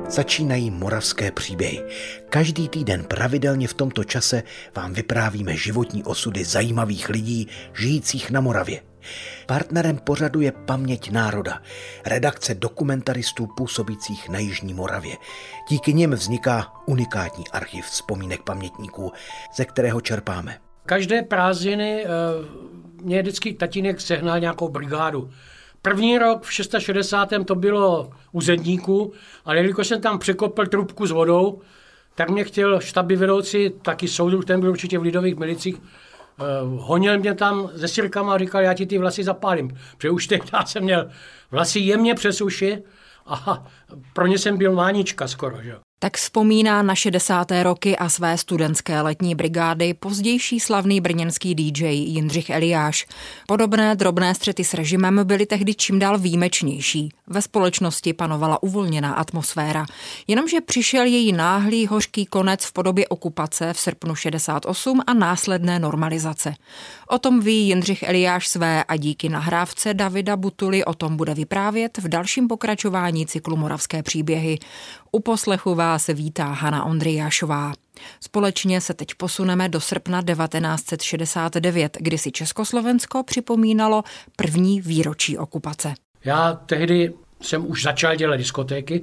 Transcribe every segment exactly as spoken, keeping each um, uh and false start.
Začínají Moravské příběhy. Každý týden pravidelně v tomto čase vám vyprávíme životní osudy zajímavých lidí žijících na Moravě. Partnerem pořadu je Paměť národa, redakce dokumentaristů působících na jižní Moravě. Díky nim vzniká unikátní archiv vzpomínek pamětníků, ze kterého čerpáme. Každé prázdniny mě vždycky tatínek sehnal nějakou brigádu. První rok v šedesátém šestém to bylo u Zedníku, ale jelikož jsem tam překopl trubku s vodou, tak mě chtěl štaby vedoucí, taky soudruh, ten byl určitě v lidových milicích, uh, honil mě tam se sirkama a říkal, já ti ty vlasy zapálím. Protože už tehdy jsem měl vlasy jemně přes uši a pro ně jsem byl mánička skoro. Že? Tak vzpomíná na šedesáté roky a své studentské letní brigády pozdější slavný brněnský dý džej Jindřich Eliáš. Podobné drobné střety s režimem byly tehdy čím dál výjimečnější. Ve společnosti panovala uvolněná atmosféra. Jenomže přišel její náhlý hořký konec v podobě okupace v srpnu šedesát osm a následné normalizace. O tom ví Jindřich Eliáš své a díky nahrávce Davida Butuly o tom bude vyprávět v dalším pokračování cyklu Moravské příběhy. U poslechu vás vítá Hana Ondryjášová. Společně se teď posuneme do srpna devatenáct set šedesát devět, kdy si Československo připomínalo první výročí okupace. Já tehdy jsem už začal dělat diskotéky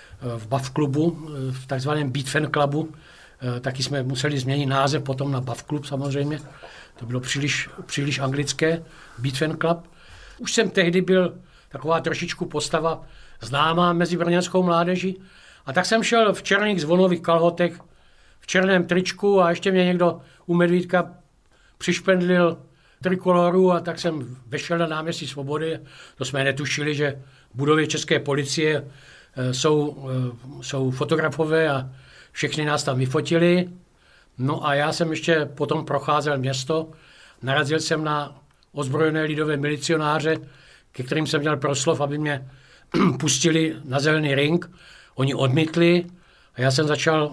v Bav klubu, v takzvaném Beat Fan Clubu. Taky jsme museli změnit název potom na Bav Club samozřejmě. To bylo příliš, příliš anglické, Beat Fan Club. Už jsem tehdy byl taková trošičku postava známá mezi brněnskou mládeží. A tak jsem šel v černých zvonových kalhotech, v černém tričku a ještě mě někdo u Medvídka přišpendlil trikoloru a tak jsem vešel na náměstí Svobody. To jsme netušili, že v budově české policie jsou, jsou fotografové a všechny nás tam vyfotili. No a já jsem ještě potom procházel město, narazil jsem na ozbrojené lidové milicionáře, ke kterým jsem měl proslov, aby mě pustili na zelený ring. Oni odmítli a já jsem začal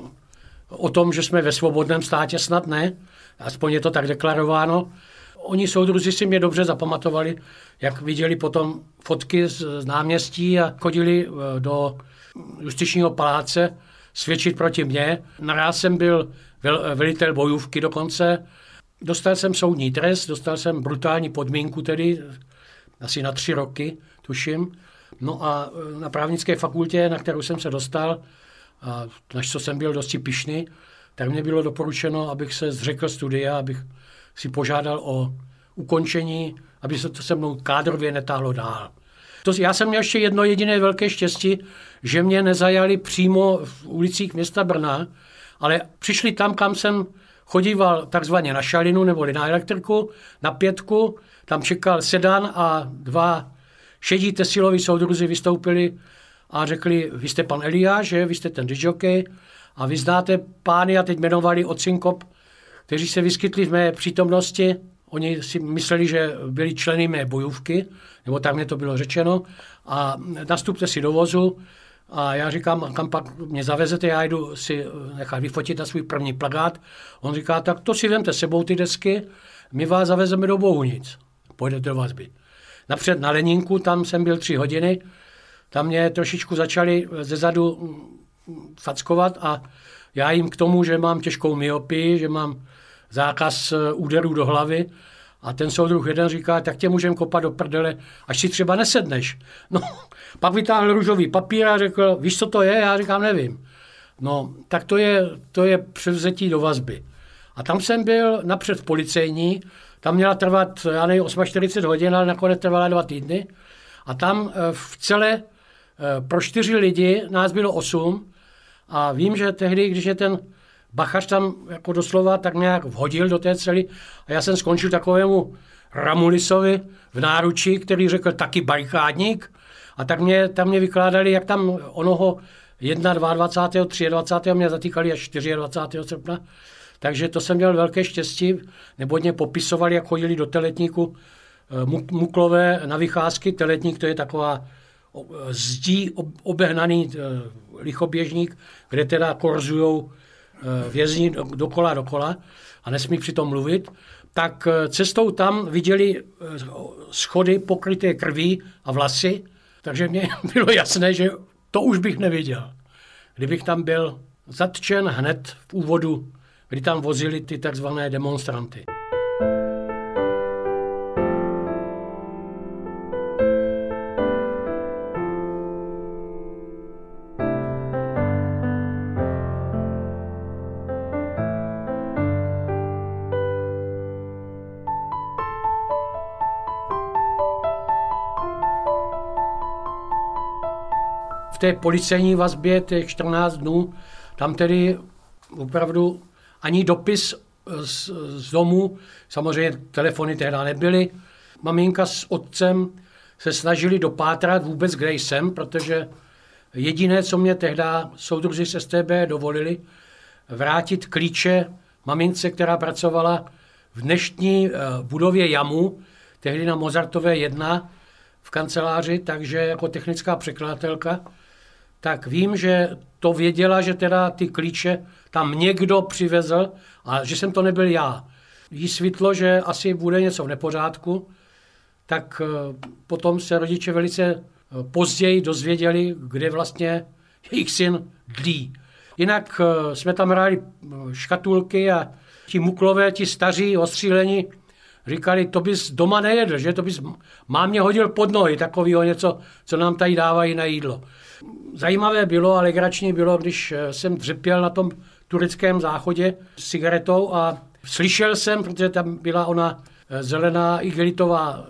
o tom, že jsme ve svobodném státě, snad ne, aspoň je to tak deklarováno. Oni soudruzi si mě dobře zapamatovali, jak viděli potom fotky z náměstí a chodili do justičního paláce svědčit proti mně. Naraz jsem byl vel, velitel bojůvky dokonce. Dostal jsem soudní trest, dostal jsem brutální podmínku tedy, asi na tři roky, tuším. No a na právnické fakultě, na kterou jsem se dostal, a na co jsem byl dosti pyšný, tak mě bylo doporučeno, abych se zřekl studia, abych si požádal o ukončení, aby se to se mnou kádrově netáhlo dál. To, já jsem měl ještě jedno jediné velké štěstí, že mě nezajali přímo v ulicích města Brna, ale přišli tam, kam jsem chodíval takzvaně na šalinu neboli na elektriku, na pětku, tam čekal sedan a dva šedí tesiloví soudruzi vystoupili a řekli, vy jste pan Eliáš, že? Vy jste ten disjockey a vy znáte pány a teď jmenovali od Synkop, kteří se vyskytli v mé přítomnosti. Oni si mysleli, že byli členy mé bojůvky, nebo tak mě to bylo řečeno a nastupte si do vozu a já říkám, kam pak mě zavezete, já jdu si nechat vyfotit na svůj první plakát. On říká, tak to si vemte sebou ty desky, my vás zavezeme do Bohunic, pojedete do vazby. Napřed na Leninku, tam jsem byl tři hodiny, tam mě trošičku začali zezadu fackovat a já jim k tomu, že mám těžkou myopii, že mám zákaz úderů do hlavy a ten soudruh jeden říká, tak tě můžem kopat do prdele, až si třeba nesedneš. No, pak vytáhl růžový papír a řekl, víš, co to je? Já říkám, nevím. No, tak to je, to je převzetí do vazby. A tam jsem byl napřed v policejní, tam měla trvat, já nevím, čtyřicet osm hodin, ale nakonec trvala dva týdny. A tam v celé pro čtyři lidi nás bylo osm. A vím, že tehdy, když je ten bachař tam jako doslova tak nějak vhodil do té cely a já jsem skončil takovému Ramulisovi v náručí, který řekl taky barikádník. A tak mě, tam mě vykládali, jak tam onoho dvacátého prvního, dvacátého třiadvacátého mě zatýkali až dvacátého čtvrtého srpna. Takže to jsem měl velké štěstí, neboť mě popisovali, jak chodili do Teletníku muklové na vycházky. Teletník to je taková zdí obehnaný lichoběžník, kde teda korzujou vězni dokola dokola a nesmí přitom mluvit. Tak cestou tam viděli schody pokryté krví a vlasy, takže mně bylo jasné, že to už bych neviděl. kdybych tam byl zatčen hned v úvodu, kdy tam vozili ty takzvané demonstranty. V té policejní vazbě těch čtrnáct dnů, tam tedy opravdu ani dopis z, z domu, samozřejmě telefony tehdy nebyly. Maminka s otcem se snažili dopátrat vůbec, kde jsem, protože jediné, co mě tehdy soudruzi z S T B dovolili, vrátit klíče mamince, která pracovala v dnešní budově JAMu, tehdy na Mozartové jedna v kanceláři, takže jako technická překladatelka, tak vím, že to věděla, že teda ty klíče tam někdo přivezl a že jsem to nebyl já. Jí svítlo, že asi bude něco v nepořádku, tak potom se rodiče velice později dozvěděli, kde vlastně jejich syn dlí. Jinak jsme tam hráli škatulky a ti muklové, ti staří ostřílení říkali, to bys doma nejedl, že to bys mámě hodil pod nohy, takového něco, co nám tady dávají na jídlo. Zajímavé bylo a legrační bylo, když jsem dřepěl na tom tureckém záchodě s cigaretou a slyšel jsem, protože tam byla ona zelená igelitová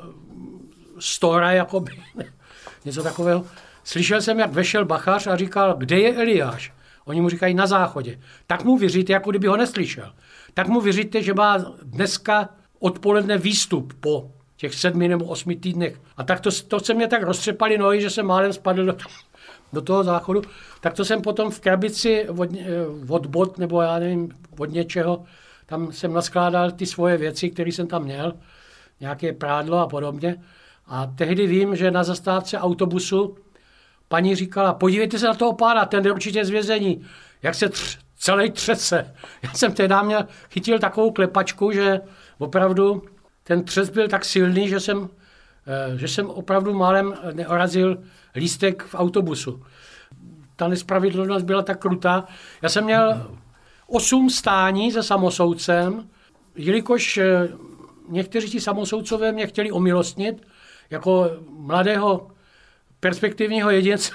stora, jakoby, něco takového. Slyšel jsem, jak vešel bachař a říkal, kde je Eliáš? Oni mu říkají na záchodě. Tak mu vyříte, jako kdyby ho neslyšel. Tak mu vyříte, že má dneska odpoledne výstup po těch sedmi nebo osmi týdnech. A tak to, to se mě tak roztřepali nohy, že jsem málem spadl do, do toho záchodu. Tak to jsem potom v krabici od, od bot, nebo já nevím, od něčeho, tam jsem naskládal ty svoje věci, které jsem tam měl, nějaké prádlo a podobně. A tehdy vím, že na zastávce autobusu paní říkala, podívejte se na toho pána, ten jde určitě z vězení, jak se tř, celý třese. Já jsem tehdy měl, chytil takovou klepačku, že opravdu ten třes byl tak silný, že jsem, že jsem opravdu málem neorazil lístek v autobusu. Ta nespravedlnost byla tak krutá. Já jsem měl osm stání se samosoudcem, jelikož někteří ti samosoudcové mě chtěli omilostnit jako mladého perspektivního jedince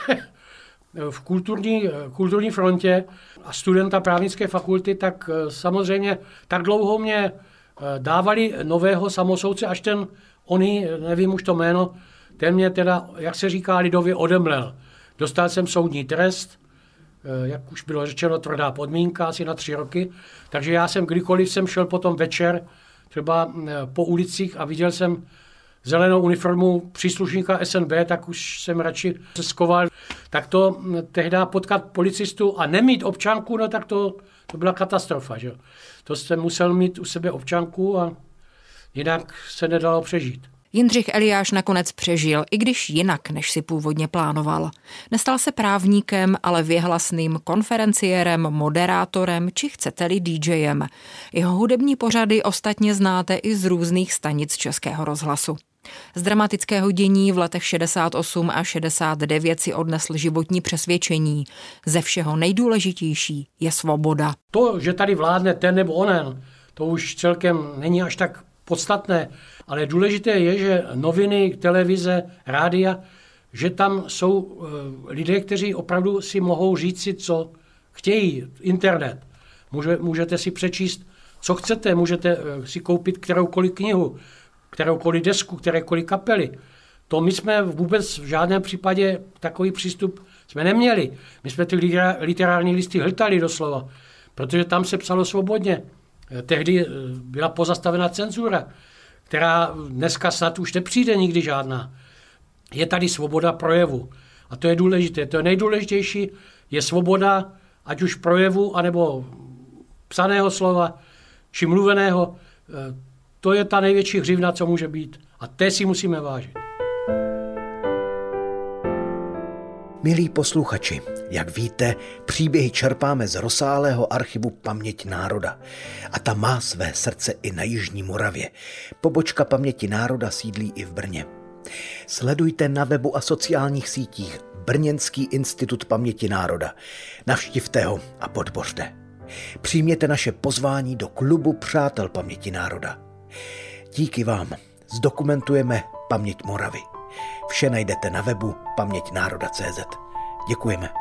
v kulturní, kulturní frontě a studenta právnické fakulty, tak samozřejmě tak dlouho mě dávali nového samosoudce, až ten, oný, nevím už to jméno, ten mě teda, jak se říká lidově, odemlel. Dostal jsem soudní trest, jak už bylo řečeno, tvrdá podmínka, asi na tři roky, takže já jsem, kdykoliv jsem šel potom večer, třeba po ulicích a viděl jsem zelenou uniformu příslušníka S N B, tak už jsem radši se skoval. Tak to tehdy potkat policistu a nemít občanku, no tak to, to byla katastrofa. Že? To jsem musel mít u sebe občanku a jinak se nedalo přežít. Jindřich Eliáš nakonec přežil, i když jinak, než si původně plánoval. Nestal se právníkem, ale věhlasným konferenciérem, moderátorem či chcete-li DJem. Jeho hudební pořady ostatně znáte i z různých stanic Českého rozhlasu. Z dramatického dění v letech šedesát osm a šedesát devět si odnesl životní přesvědčení. Ze všeho nejdůležitější je svoboda. To, že tady vládne ten nebo onen, to už celkem není až tak podstatné, ale důležité je, že noviny, televize, rádia, že tam jsou lidé, kteří opravdu si mohou říct si, co chtějí. Internet. Může, můžete si přečíst, co chcete, můžete si koupit kteroukoliv knihu, kteroukoliv desku, kterékoliv kapely. To my jsme vůbec v žádném případě takový přístup jsme neměli. My jsme ty literární listy hltali doslova, protože tam se psalo svobodně. Tehdy byla pozastavena cenzura, která dneska snad už nepřijde nikdy žádná. Je tady svoboda projevu. A to je důležité. To je nejdůležitější, je svoboda, ať už projevu, anebo psaného slova, či mluveného. To je ta největší hřivna, co může být. A té si musíme vážit. Milí posluchači, jak víte, příběhy čerpáme z rozsáhlého archivu Paměť národa. A ta má své srdce i na Jižní Moravě. Pobočka Paměti národa sídlí i v Brně. Sledujte na webu a sociálních sítích Brněnský institut paměti národa. Navštivte ho a podpořte. Přijměte naše pozvání do klubu Přátel paměti národa. Díky vám zdokumentujeme paměť Moravy. Vše najdete na webu paměť národa tečka cé zet. Děkujeme.